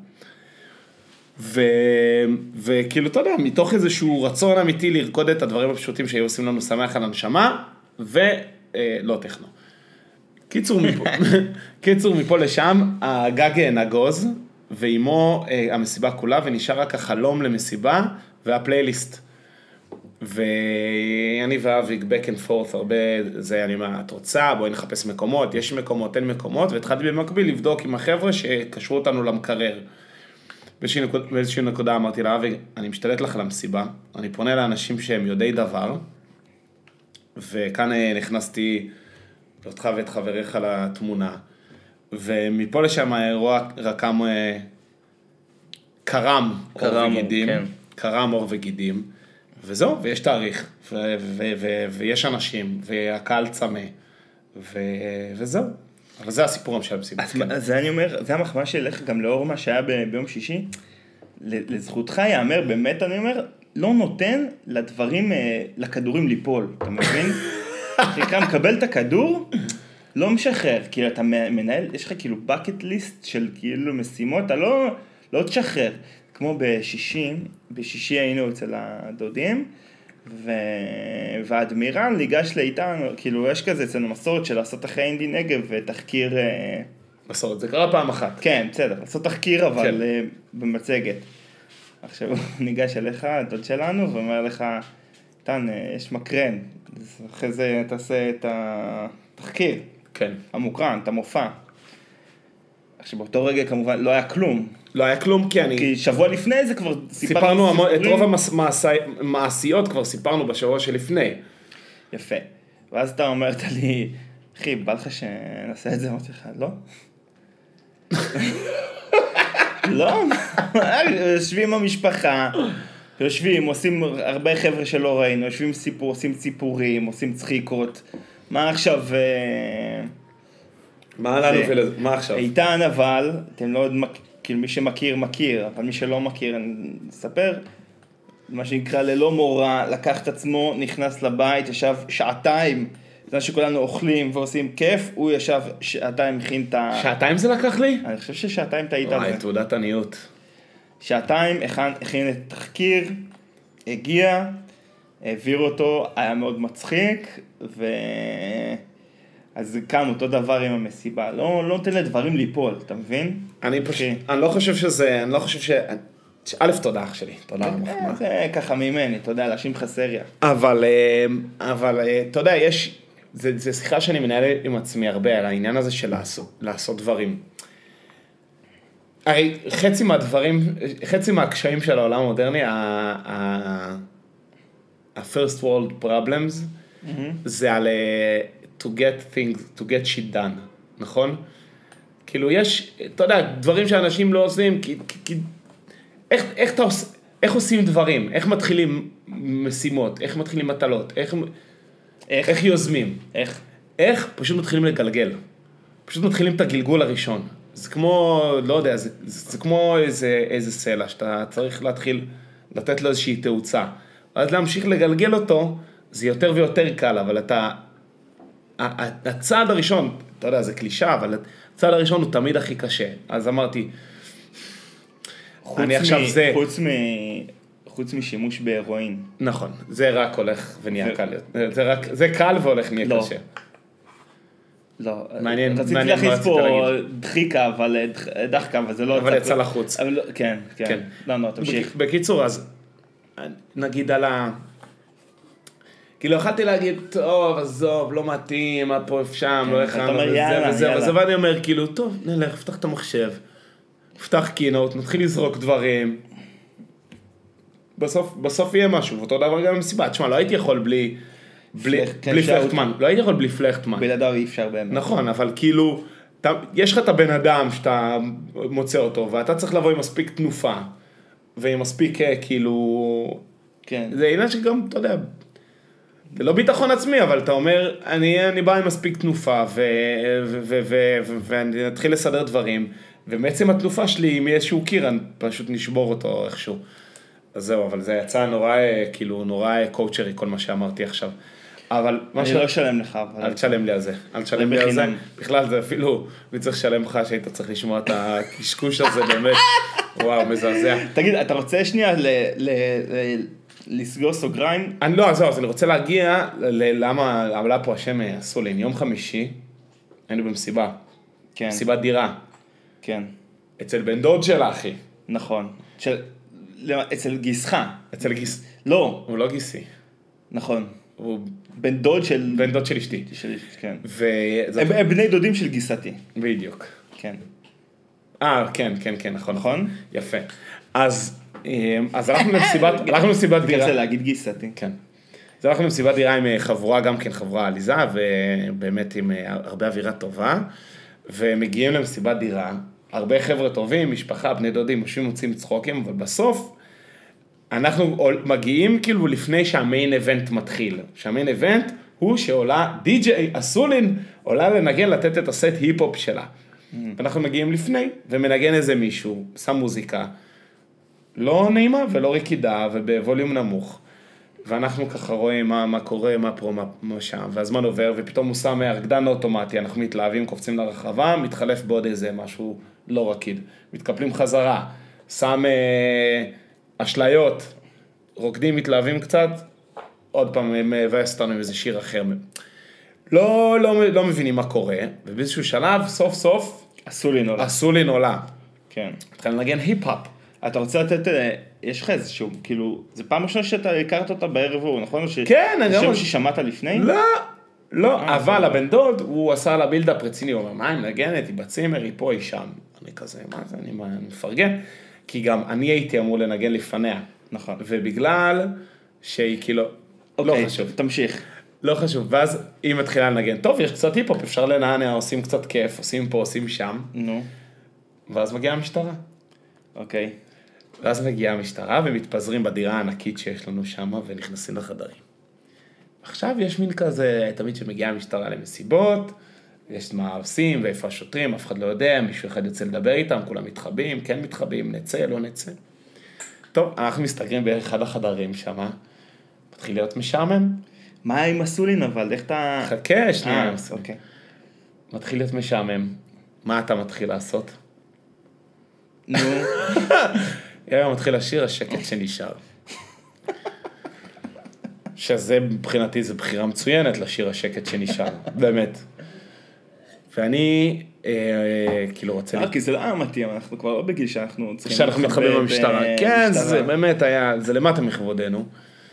וכאילו, אתה יודע, מתוך איזשהו רצון אמיתי לרקוד את הדברים הפשוטים שהיו עושים לנו שמח על הנשמה, ולא טכנו. קיצור מפה לשם, הגג נגוז, ועימו המסיבה כולה, ונשאר רק החלום למסיבה, והפלייליסט. ואני ואביק back and forth הרבה, זה אני מה, את רוצה, בואי נחפש מקומות, יש מקומות, אין מקומות, והתחלתי במקביל לבדוק עם החבר'ה שקשרו אותנו למקרר. באיזושהי נקודה אמרתי לה, אביק, אני משתלט לך למסיבה, אני פונה לאנשים שהם יודעי דבר, וכאן נכנסתי אותך ואת חבריך לתמונה, ומפה לשם האירוע רקם קרם אור וגידים, כן. קרם אור וגידים, וזהו, ויש תאריך, ויש אנשים, והקהל צמא, וזהו. אבל זה הסיפור של המסיבה. אז זה אני אומר, זה המחמאה שלך גם לאור מה שהיה ביום שישי, לזכותך יאמר, באמת אני אומר, לא נותן לדברים, לכדורים ליפול, אתה מבין? כשקרא מקבל את הכדור, לא משחרר, כאילו אתה מנהל, יש לך כאילו bucket list של כאילו משימות, אתה לא תשחרר. כמו בשישי היינו אצל הדודים, והאדמירל ניגש לאיתנו, כאילו יש כזה אצלנו מסורת של לעשות אחרי אינדי נגב ותחקיר... מסורת, זה קרה פעם אחת. כן, בסדר, לעשות תחקיר אבל במצגת. עכשיו הוא ניגש אליך, הדוד שלנו, ואומר לך, איתן, יש מקרן, אחרי זה תעשה את התחקיר. כן. המוקרן, את המופע. עכשיו באותו רגע כמובן לא היה כלום. לא היה כלום כי שבוע לפני זה כבר סיפרנו את רוב המעשיות כבר סיפרנו בשבוע שלפני. יפה. ואז אתה אומרת לי, אחי, בא לך שנעשה את זה? אמרתי לך, לא. לא, יושבים המשפחה, יושבים, עושים הרבה חבר'ה שלא ראינו, יושבים עושים סיפורים, עושים צחיקות. מה עכשיו... מה עכשיו? איתן אבל, אתם לא עוד כאילו מי שמכיר מכיר, אבל מי שלא מכיר, אני אספר, מה שנקרא ללא מורא, לקח את עצמו, נכנס לבית, ישב שעתיים, זה שכולנו אוכלים ועושים כיף, הוא ישב שעתיים, הכין את ה... שעתיים זה לקח לי? אני חושב ששעתיים טעית על זה. וואי, תעודת עניות. שעתיים, הכין את תחקיר, הגיע, העביר אותו, היה מאוד מצחיק, אז קם אותו דבר עם המסיבה, לא נותן לדברים ליפול, אתה מבין? אני לא חושב שזה, א' תודה אח שלי, תודה על המחמאה. זה ככה ממני, אתה יודע, להשים חסריה. אבל, אתה יודע, זה שיחה שאני מנהל עם עצמי הרבה, על העניין הזה של לעשות דברים. הרי חצי מהקשיים של העולם המודרני, ה-first world problems, זה על to get shit done, נכון? כאילו יש, אתה יודע, דברים שאנשים לא עושים, כי איך עושים דברים? איך מתחילים משימות? איך מתחילים מטלות? איך יוזמים? איך פשוט מתחילים לגלגל? פשוט מתחילים את הגלגול הראשון. זה כמו, לא יודע, זה כמו איזה סלע, שאתה צריך להתחיל לתת לו איזושהי תאוצה. אז להמשיך לגלגל אותו, זה יותר ויותר קל, אבל הצעד הראשון, אתה יודע, זה קלישה, אבל הצעד הראשון הוא תמיד הכי קשה. אז אמרתי, אני עכשיו זה... חוץ משימוש בהרואין. נכון, זה רק הולך ונהיה קל. זה קל והולך ונהיה קשה. לא, מעניין, רציתי להכניס פה דחקה, אבל זה לא... אבל יצא לחוץ. כן. לא, תמשיך. בקיצור, אז נגיד על כאילו יכלתי להגיד, טוב, עזוב, לא מתאים, מה פה שם, לא הכנו וזה, ואני אומר, כאילו, טוב, נלך, פתח את המחשב, פתח קינוט, נתחיל לזרוק דברים, בסוף יהיה משהו, ואותו דבר גם במסיבה, תשמע, לא הייתי יכול בלי פלכטמן, לא הייתי יכול בלי פלכטמן. בלעדיו אי אפשר באמת. נכון, אבל כאילו, יש לך את הבן אדם שאתה מוצא אותו, ואתה צריך לבוא עם מספיק תנופה, ועם מספיק, כאילו, זה עניין שגם, אתה יודע, זה לא ביטחון עצמי, אבל אתה אומר, אני בא עם מספיק תנופה, ואני אתחיל לסדר דברים, ובעצם התנופה שלי, אם יהיה איזשהו קיר, אני פשוט נשבור אותו איכשהו. אז זהו, אבל זה יצא נורא, כאילו, נורא קואוצ'רי, כל מה שאמרתי עכשיו. אבל אני לא אשלם לך. אל תשלם לי על זה. אל תשלם לי על זה. בכלל זה אפילו, אני צריך לשלם לך שהיית צריך לשמוע את הקשקוש הזה, באמת. וואו, מזעזע. תגיד, אתה רוצה שנייה לסגור סוגריים? לא, אז אני רוצה להגיע ללמה עמלה פה השם אסולין. יום חמישי, היינו במסיבה. כן. מסיבת דירה. כן. אצל בן דוד שלה, אחי. נכון. אצל גיסך. אצל גיס... לא. הוא לא גיסי. נכון. הוא בן דוד של... בן דוד של אשתי. כן. הם בני דודים של גיסתי. בדיוק. כן. כן, נכון. נכון? יפה. אז הלכנו למסיבת דירה. תרצה להגיד גיסתי. כן. אז הלכנו למסיבת דירה עם חבורה, גם כן חברה עליזה, ובאמת עם הרבה אווירה טובה, ומגיעים למסיבת דירה, הרבה חבר'ה טובים, משפחה, בני דודים, יושבים מוצאים צחוקים, אבל בסוף אנחנו מגיעים כאילו לפני שהמיין איבנט מתחיל. שהמיין איבנט הוא שעולה די.ג'יי אסולין, עולה לנגן, לתת את הסט היפ-הופ שלה. אנחנו מגיעים לפני, ומנגן איזה מישהו, שם מוזיקה, לא נעימה ולא רקידה, ובווליום נמוך. ואנחנו ככה רואים מה קורה, מה פה, מה שם, והזמן עובר, ופתאום הוא שם הרקדן אוטומטי, אנחנו מתלהבים, קופצים לרחבה, מתחלף בעוד איזה משהו לא רקיד. מתקפלים חזרה, שם אשליות, רוקדים, מתלהבים קצת, עוד פעם מבאס אותנו עם איזה שיר אחר. לא מבינים מה קורה, ובאיזשהו שלב, סוף סוף, אסולין עולה. כן. התחיל לנגן היפ-הופ. אתה רוצה לתת, יש לך איזשהו, כאילו, זה פעם ראשונה שאתה הכרת אותה בערב הוא, נכון? כן, אני חושב ששמעת לפני? לא, אבל הבן דוד, הוא עשה לה בילדאפ רציני, הוא אומר, מה, היא מנגנת, היא בצימר, היא פה, היא שם. אני כזה, מה זה, אני מפרגן, כי גם אני הייתי אמור לנגן לפניה. נכון. ובגלל שהיא כאילו, לא חשוב. תמשיך. לא חשוב, ואז היא מתחילה לנגן, טוב, יש קצת היפ-הופ, אפשר לנענע, עושים קצת כיף, עושים פה, עושים שם. נו. ואז מגיעה המשטרה. אוקיי. ואז מגיעה המשטרה ומתפזרים בדירה הענקית שיש לנו שם ונכנסים לחדרים. עכשיו יש מין כזה, תמיד שמגיעה המשטרה למסיבות, יש מה עושים ואיפה השוטרים, אף אחד לא יודע, מישהו אחד יוצא לדבר איתם, כולם מתחבאים, כן מתחבאים, נצא, לא נצא. טוב, אנחנו מסתגרים באחד החדרים שם, מתחיל להיות משעמם. מה עם אסולין אבל? איך אתה... חכה, שנייה. אוקיי. מתחיל להיות משעמם. מה אתה מתחיל לעשות? נו. היום מתחיל לשיר השקט שנשאר. שזה מבחינתי זה בחירה מצוינת לשיר השקט שנשאר, באמת. ואני כאילו רוצה... כי זה לא מתאים, אנחנו כבר לא בגיל שאנחנו צריכים... שאנחנו מתחברים במשטרה. כן, זה באמת היה, זה למטה מכבודנו.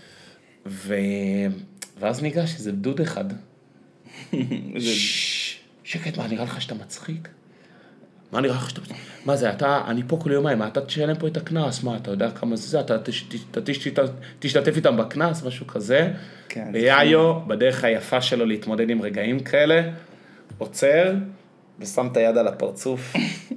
ואז ניגש איזה דוד אחד. שקט, מה נראה לך שאתה מצחיק? מה נראה לך שאתה... מה זה, אני פה כל יומיים, אתה תשלם פה את הכנס, מה, אתה יודע כמה זה, אתה תשתתף איתם בכנס, משהו כזה. ויאיו, בדרך היפה שלו להתמודד עם רגעים כאלה, עוצר, ושם את היד על הפרצוף.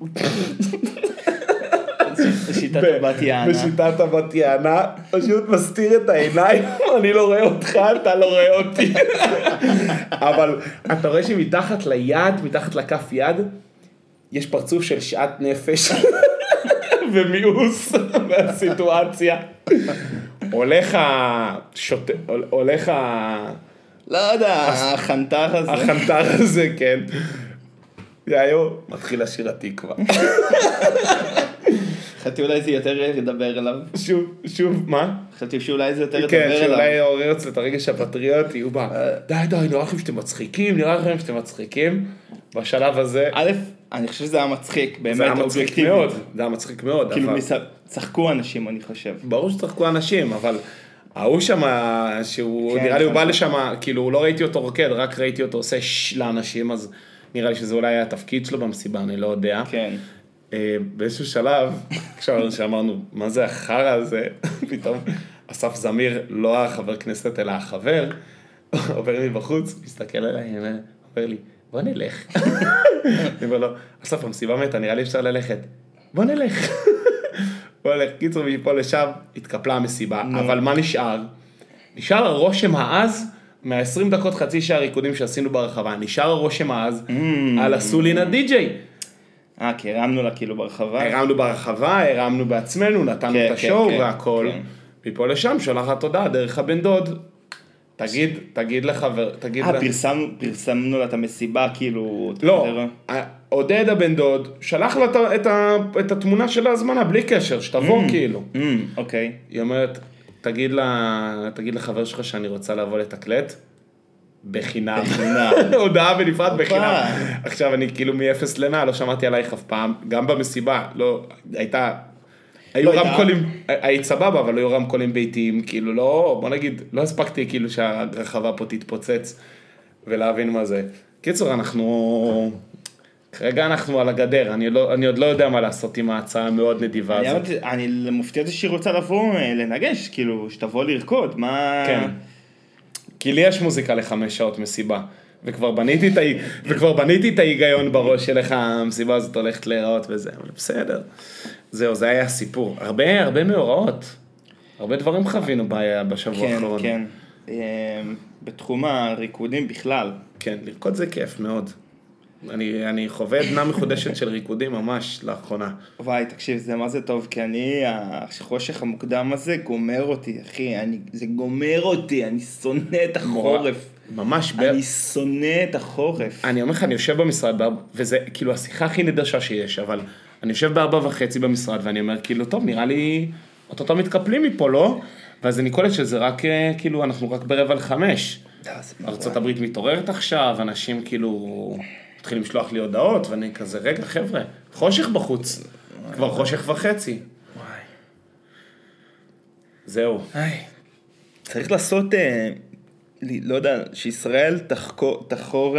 בשיטת הבת יענה. בשיטת הבת יענה, פשוט מסתיר את העיניים, אני לא רואה אותך, אתה לא רואה אותי. אבל אתה רואה שמתחת ליד, מתחת לכף יד, יש פרצוף של שעת נפש ומיאוס מהסיטואציה. הולך לא יודע, החנטר הזה. החנטר הזה, כן. יאיו, מתחיל לשיר התקווה. חשבתי אולי זה יותר לדבר אליו. שוב, מה? חשבתי שאולי זה יותר לדבר כן, אליו. שאולי יעורר אצל את הרגש הפטריוטי, הוא בא, די, נראה לכם שאתם מצחיקים, בשלב הזה. א', אני חושב שזה היה מצחיק, באמת זה היה מצחיק אובייקטיבית. מאוד, זה היה מצחיק מאוד. כאילו צחקו אנשים, אני חושב. ברור שצחקו אנשים, אבל ההוא שמה, שהוא נראה לי הוא בא לשם, כאילו לא ראיתי אותו רוקד, רק ראיתי אותו עושה לאנשים, אז נראה לי שזה אולי היה התפקיד שלו במסיבה, אני לא יודע. כן. באיזשהו שלב, כשאמרנו, מה זה החרא הזה, פתאום אסף זמיר, לא החבר כנסת, אלא החבר, עובר לי בחוץ, מסתכל עליי, אומר לי, בוא נלך. אני אומר לו, אסף, המסיבה מתה, נראה לי אפשר ללכת. בוא נלך. בוא נלך, קיצור, מפה לשם, התקפלה המסיבה, אבל מה נשאר? נשאר הרושם העז, מה-20 דקות חצי שעה ריקודים שעשינו ברחבה, נשאר הרושם העז על הסולינה די-ג'יי. כי הרמנו לה כאילו ברחבה. הרמנו ברחבה, הרמנו בעצמנו, נתנו את השואו והכל. מפה לשם שולחת תודה דרך הבן דוד. תגיד לחבר, תגיד לה. פרסמנו לה את המסיבה כאילו. לא, עודד הבן דוד, שלח לה את התמונה של ההזמנה, בלי קשר, שתבוא כאילו. אוקיי. היא אומרת, תגיד לחבר שלך שאני רוצה לבוא לתקלט. בחינם. הודעה בנפרד בחינם. עכשיו אני כאילו מ-0 ל-100, לא שמעתי עלייך אף פעם, גם במסיבה, לא, היו רמקולים, היית סבבה, אבל היו רמקולים ביתיים, כאילו לא, בוא נגיד, לא הספקתי כאילו שהרחבה פה תתפוצץ, ולהבין מה זה. קיצור, כרגע אנחנו על הגדר, אני עוד לא יודע מה לעשות עם ההצעה המאוד נדיבה הזאת. אני מופתיע שהיא רוצה לבוא לנגש, כאילו, שתבוא לרקוד, מה... כן. כי לי יש מוזיקה ל5 שעות מסיבה, וכבר בניתי את ההיגיון בראש של איך המסיבה הזאת הולכת להיראות וזה, אבל בסדר. זהו, זה היה סיפור. הרבה מאורעות. הרבה דברים חווינו בשבוע האחרון. כן, כן. בתחום הריקודים בכלל. כן, לרקוד זה כיף מאוד. אני חווה עדנה מחודשת של ריקודים ממש לאחרונה. וואי, תקשיב, זה מה זה טוב, כי החושך המוקדם הזה גומר אותי, אחי, זה גומר אותי, אני שונא את החורף. ממש. אני שונא את החורף. אני אומר לך, אני יושב במשרד, וזה כאילו השיחה הכי נדרשה שיש, אבל אני יושב ב4:30 במשרד, ואני אומר, כאילו, טוב, נראה לי, אותו מתקפלים מפה, לא? ואז אני קולט שזה רק, כאילו, אנחנו רק ב4:45. ארצות הברית מתעוררת עכשיו, אנשים כאילו... מתחילים לשלוח לי הודעות, ואני כזה, רגע, חבר'ה, חושך בחוץ, כבר חושך וחצי. וואי. זהו. צריך לעשות, לא יודע, שישראל תחור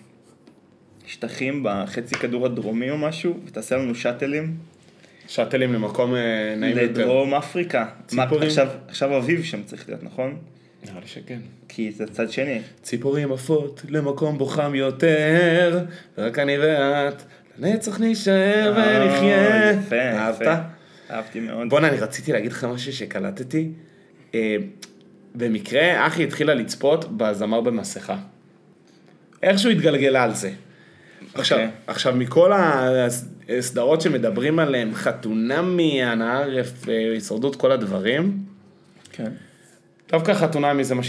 שטחים בחצי כדור הדרומי או משהו, ותעשה לנו שאטלים. שאטלים למקום נעים יותר. לדרום אפריקה. עכשיו אביב שם צריך להיות, נכון? נראה לי שכן. כי זה צד שני. ציפורים עפות למקום בו חם יותר, ורק אני ואת, לנצח נשאר ונחיה. יפה, אהבת? אהבתי מאוד. בוא'נה, אני רציתי להגיד לך משהו שקלטתי. במקרה, אחי התחילה לצפות בזמר במסכה. איכשהו התגלגלה על זה. עכשיו, מכל הסדרות שמדברים עליהם, חתונמי, הנערף, הישרדות, כל הדברים. כן. דווקא חתונמי זה מה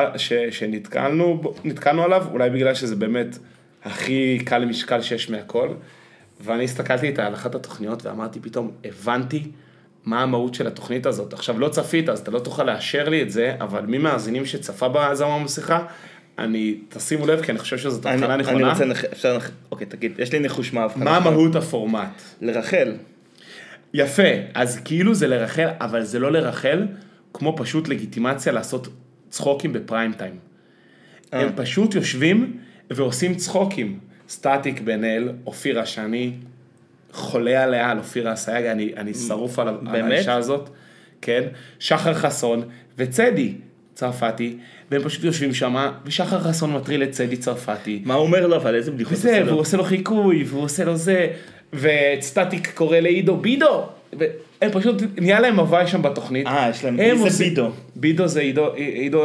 שנתקלנו עליו, אולי בגלל שזה באמת הכי קל למשקל שיש מהכל, ואני הסתכלתי איתה על אחת התוכניות ואמרתי פתאום, הבנתי מה המהות של התוכנית הזאת. עכשיו לא צפית, אז אתה לא תוכל לאשר לי את זה, אבל מי מהאזינים שצפה בזמר במסכה, תשימו לב, כי אני חושב שזאת הבחנה נכונה. אוקיי, תגיד, יש לי ניחוש מה הבחנה. מה מהות הפורמט? לרחל. יפה, אז כאילו זה לרחל, אבל זה לא לרחל, כמו פשוט לגיטימציה לעשות צחוקים בפריים טיים. הם פשוט יושבים ועושים צחוקים. סטטיק בן אל, אופירה, שאני חולה עליה, על אופירה הסייג, אני שרוף על האישה הזאת. כן, שחר חסון וצדי צרפתי, והם פשוט יושבים שם, ושחר חסון מטריל את צדי צרפתי. מה הוא אומר לו, אבל איזה בדיחות וזה, והוא עושה לו חיקוי, והוא עושה לו זה, וסטטיק קורא לעידו, בידו, הם פשוט, נהיה להם הוואי שם בתוכנית. יש להם, מי זה בידו? בידו זה עידו,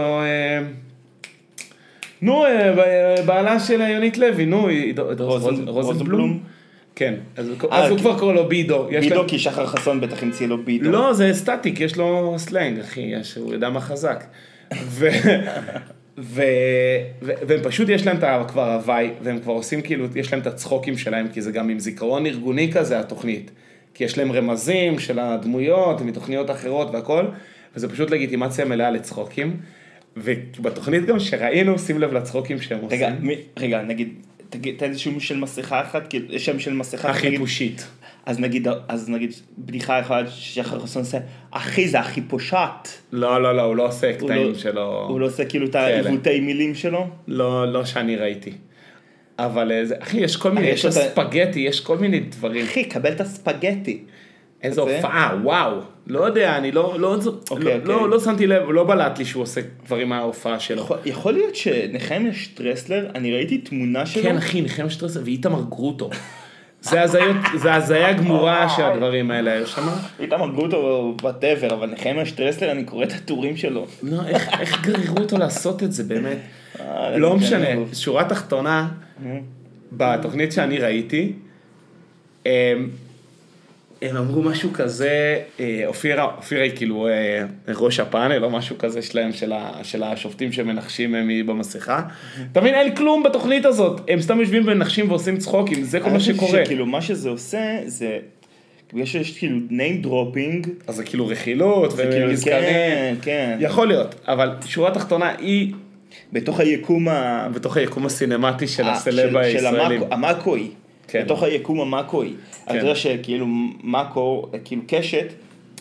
נו, בעלה של יונית לוי, נו, רוזנבלום. כן, אז הוא כבר קורא לו בידו. בידו כי שחר חסון בטח המציא לו בידו. לא, זה סטטיק, יש לו סלנג, אחי, הוא יודע מה חזק. והם פשוט יש להם כבר הוואי, והם כבר עושים כאילו, יש להם את הצחוקים שלהם, כי זה גם עם זיכרון ארגוני כזה, התוכנית. כי יש להם רמזים של הדמויות, מתוכניות אחרות והכל, וזה פשוט לגיטימציה מלאה לצחוקים. ובתוכנית גם שראינו, שים לב לצחוקים שהם עושים. רגע, נגיד, תן איזשהו של מסכה אחת, כאילו, יש שם של מסכה אחת. החיפושית. אז נגיד, בדיחה אחת שחר חסון עושה, אחי, זה הכי פושט. לא, הוא לא עושה קטעים שלו. הוא לא עושה כאילו את העיוותי מילים שלו? לא שאני ראיתי. אבל אחי, יש כל מיני, יש ספגטי, יש כל מיני דברים. אחי, קבל את הספגטי. איזו הופעה, וואו. לא יודע, אני לא שמתי לב, לא בלט לי שהוא עושה דברים מההופעה שלו. יכול להיות שנחמיה שטרסלר, אני ראיתי תמונה שלו. כן, אחי, נחמיה שטרסלר ואיתמר גרוטו. זה הזיה גמורה שהדברים האלה היו שם. איתמר גרוטו whatever, אבל נחמיה שטרסלר, אני קורא את הטורים שלו. לא, איך גררו אותו לעשות את זה, באמת? לא משנה, שורה תחתונה, בתוכנית שאני ראיתי, הם אמרו משהו כזה, אופירה היא כאילו ראש הפאנל או משהו כזה שלהם, של השופטים שמנחשים במסכה. תבין, אין כלום בתוכנית הזאת, הם סתם יושבים ומנחשים ועושים צחוקים, זה כל מה שקורה. אני כאילו מה שזה עושה, זה, יש כאילו name dropping. אז זה כאילו רכילות ומזכרים. כן. יכול להיות, אבל שורה תחתונה היא, בתוך היקום הסינמטי של הסלב הישראלים. של המאקוי. כן. בתוך היקום המאקוי. אתה יודע שכאילו מאקו, כאילו קשת,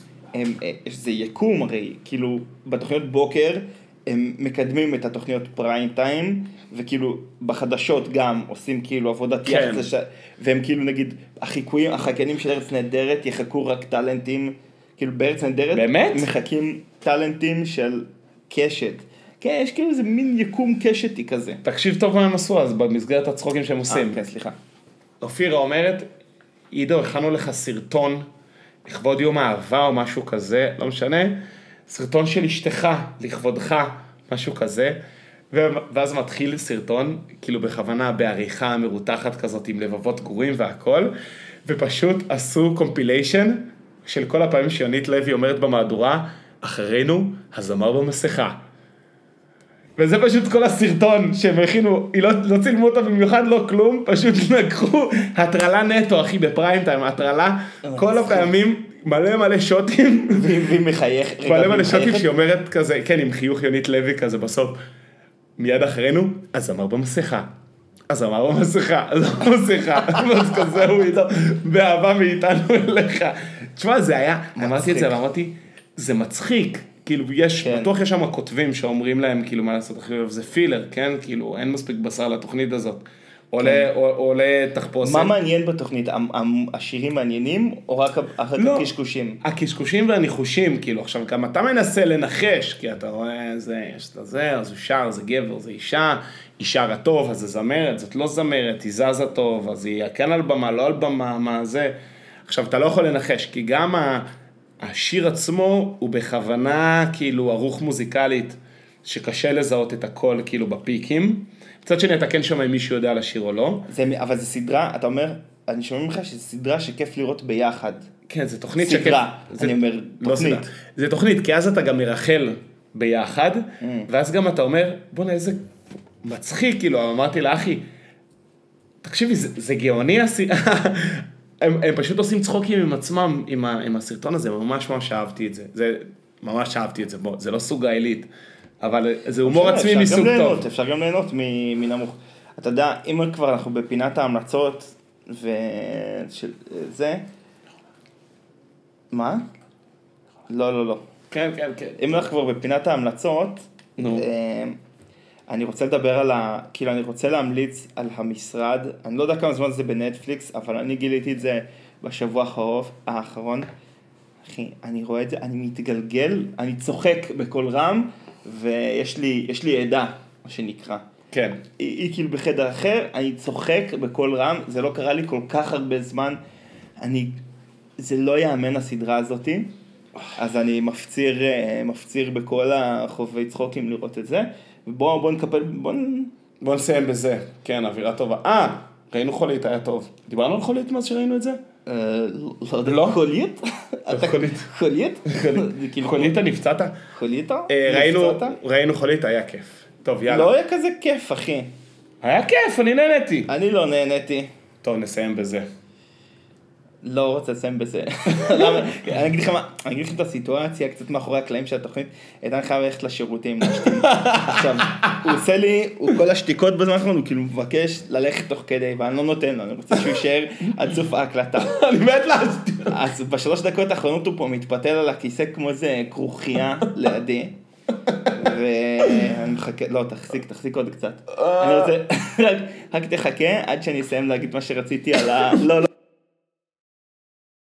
זה יקום הרי, כאילו בתוכניות בוקר, הם מקדמים את התוכניות פריים טיים, וכאילו בחדשות גם עושים כאילו עבודת יחד, והם כאילו נגיד, החקיינים של ארץ נהדרת יחכו רק טלנטים, כאילו בארץ נהדרת, באמת? מחכים טלנטים של קשת. כן, יש כאילו איזה מין יקום קשתי כזה. תקשיב טוב מה הם עשו אז, במסגרת הצחוקים שהם עושים. כן, סליחה. אופירה אומרת, עידו, הכנו לך סרטון, לכבוד יום האהבה או משהו כזה, לא משנה, סרטון של אשתך, לכבודך, משהו כזה, ואז מתחיל סרטון, כאילו בכוונה בעריכה מרותחת כזאת, עם לבבות גרועים והכל, ופשוט עשו קומפיליישן, של כל הפעמים שיונית לוי אומרת במהדורה, אחרינו, הזמר במסכה. וזה פשוט כל הסרטון שהם הכינו, לא צילמו אותה במיוחד, לא כלום, פשוט לקחו הטרלה נטו, אחי, בפריים טיים, הטרלה, כל הפעמים מלא שוטים, והיא מחייך, מלא שוטים שהיא אומרת כזה, כן, עם חיוך יונית לוי כזה בסוף, מיד אחרינו, הזמר במסכה, הזמר במסכה, אז כזה הוא איתו, באהבה מאיתנו אליך. תשמע, זה היה, אמרתי את זה ואמרתי, זה מצחיק, כאילו בטוח יש שם כותבים שאומרים להם כאילו מה לעשות, זה פילר, כן? כאילו אין מספיק בשר לתוכנית הזאת. עולה תחפושת. מה מעניין בתוכנית? השירים מעניינים או רק הקשקושים? הקשקושים והניחושים, כאילו עכשיו גם אתה מנסה לנחש, כי אתה רואה יש את זה, אז הוא שר, זה גבר, זה אישה, היא שרה טוב, אז זה זמרת, זאת לא זמרת, היא זזה טוב, אז היא כן על במה, לא על במה, מה זה. עכשיו אתה לא יכול לנחש, כי גם השיר עצמו הוא בכוונה כאילו ערוך מוזיקלית, שקשה לזהות את הכל כאילו בפיקים. קצת שאני אתקן שם אם מישהו יודע לשיר או לא. אבל זה סדרה, אתה אומר, אני שומע ממך שזה סדרה שכיף לראות ביחד. כן, זה תוכנית שכיף. סדרה, אני אומר, תוכנית. זה תוכנית, כי אז אתה גם מרחל ביחד, ואז גם אתה אומר, בוא נה, איזה מצחיק, כאילו, אמרתי לאחי, תקשיבי, זה גאוני, הם פשוט עושים צחוקים עם עצמם, עם הסרטון הזה, ממש אהבתי את זה. ממש אהבתי את זה, בוא, זה לא סוג העילית. אבל זה הומור עצמי מסוג טוב. אפשר גם ליהנות מנמוך. אתה יודע, אם כבר אנחנו בפינת ההמלצות, וזה, מה? לא. כן. אם אנחנו כבר בפינת ההמלצות, אני רוצה לדבר כאילו אני רוצה להמליץ על המשרד, אני לא יודע כמה זמן זה בנטפליקס, אבל אני גיליתי את זה בשבוע האחרון. אחי, אני רואה את זה, אני מתגלגל, אני צוחק בכל רם, ויש לי עדה, מה שנקרא. כן. היא כאילו בחדר אחר, אני צוחק בכל רם, זה לא קרה לי כל כך הרבה זמן, זה לא יאמן הסדרה הזאת, אז אני מפציר בכל החובבי צחוקים לראות את זה, ובואו נקפל, בואו נסיים בזה, כן, אווירה טובה. ראינו חולית, היה טוב. דיברנו על חולית מאז שראינו את זה? לא יודע, לא? חולית? חולית. חולית? חולית נפצעת? חולית? ראינו חולית, היה כיף. טוב, יאללה. לא היה כזה כיף, אחי. היה כיף, אני נהניתי. אני לא נהניתי. טוב, נסיים בזה. לא רוצה לסיים בזה. למה? אני אגיד לכם את הסיטואציה, קצת מאחורי הקלעים של התוכנית, איתן חייב ללכת לשירותים. עכשיו, הוא עושה לי, הוא כל השתיקות בזמן האחרון, הוא כאילו מבקש ללכת תוך כדי, ואני לא נותן לו, אני רוצה שהוא יישאר עד סוף ההקלטה. אני מת להסתיר. אז בשלוש דקות האחרונות הוא פה מתפתל על הכיסא כמו איזה כרוכיה לידי. ואני מחכה, לא, תחזיק עוד קצת. אני רוצה, רק תחכה עד שאני אסיים להגיד מה שרציתי על ה... לא,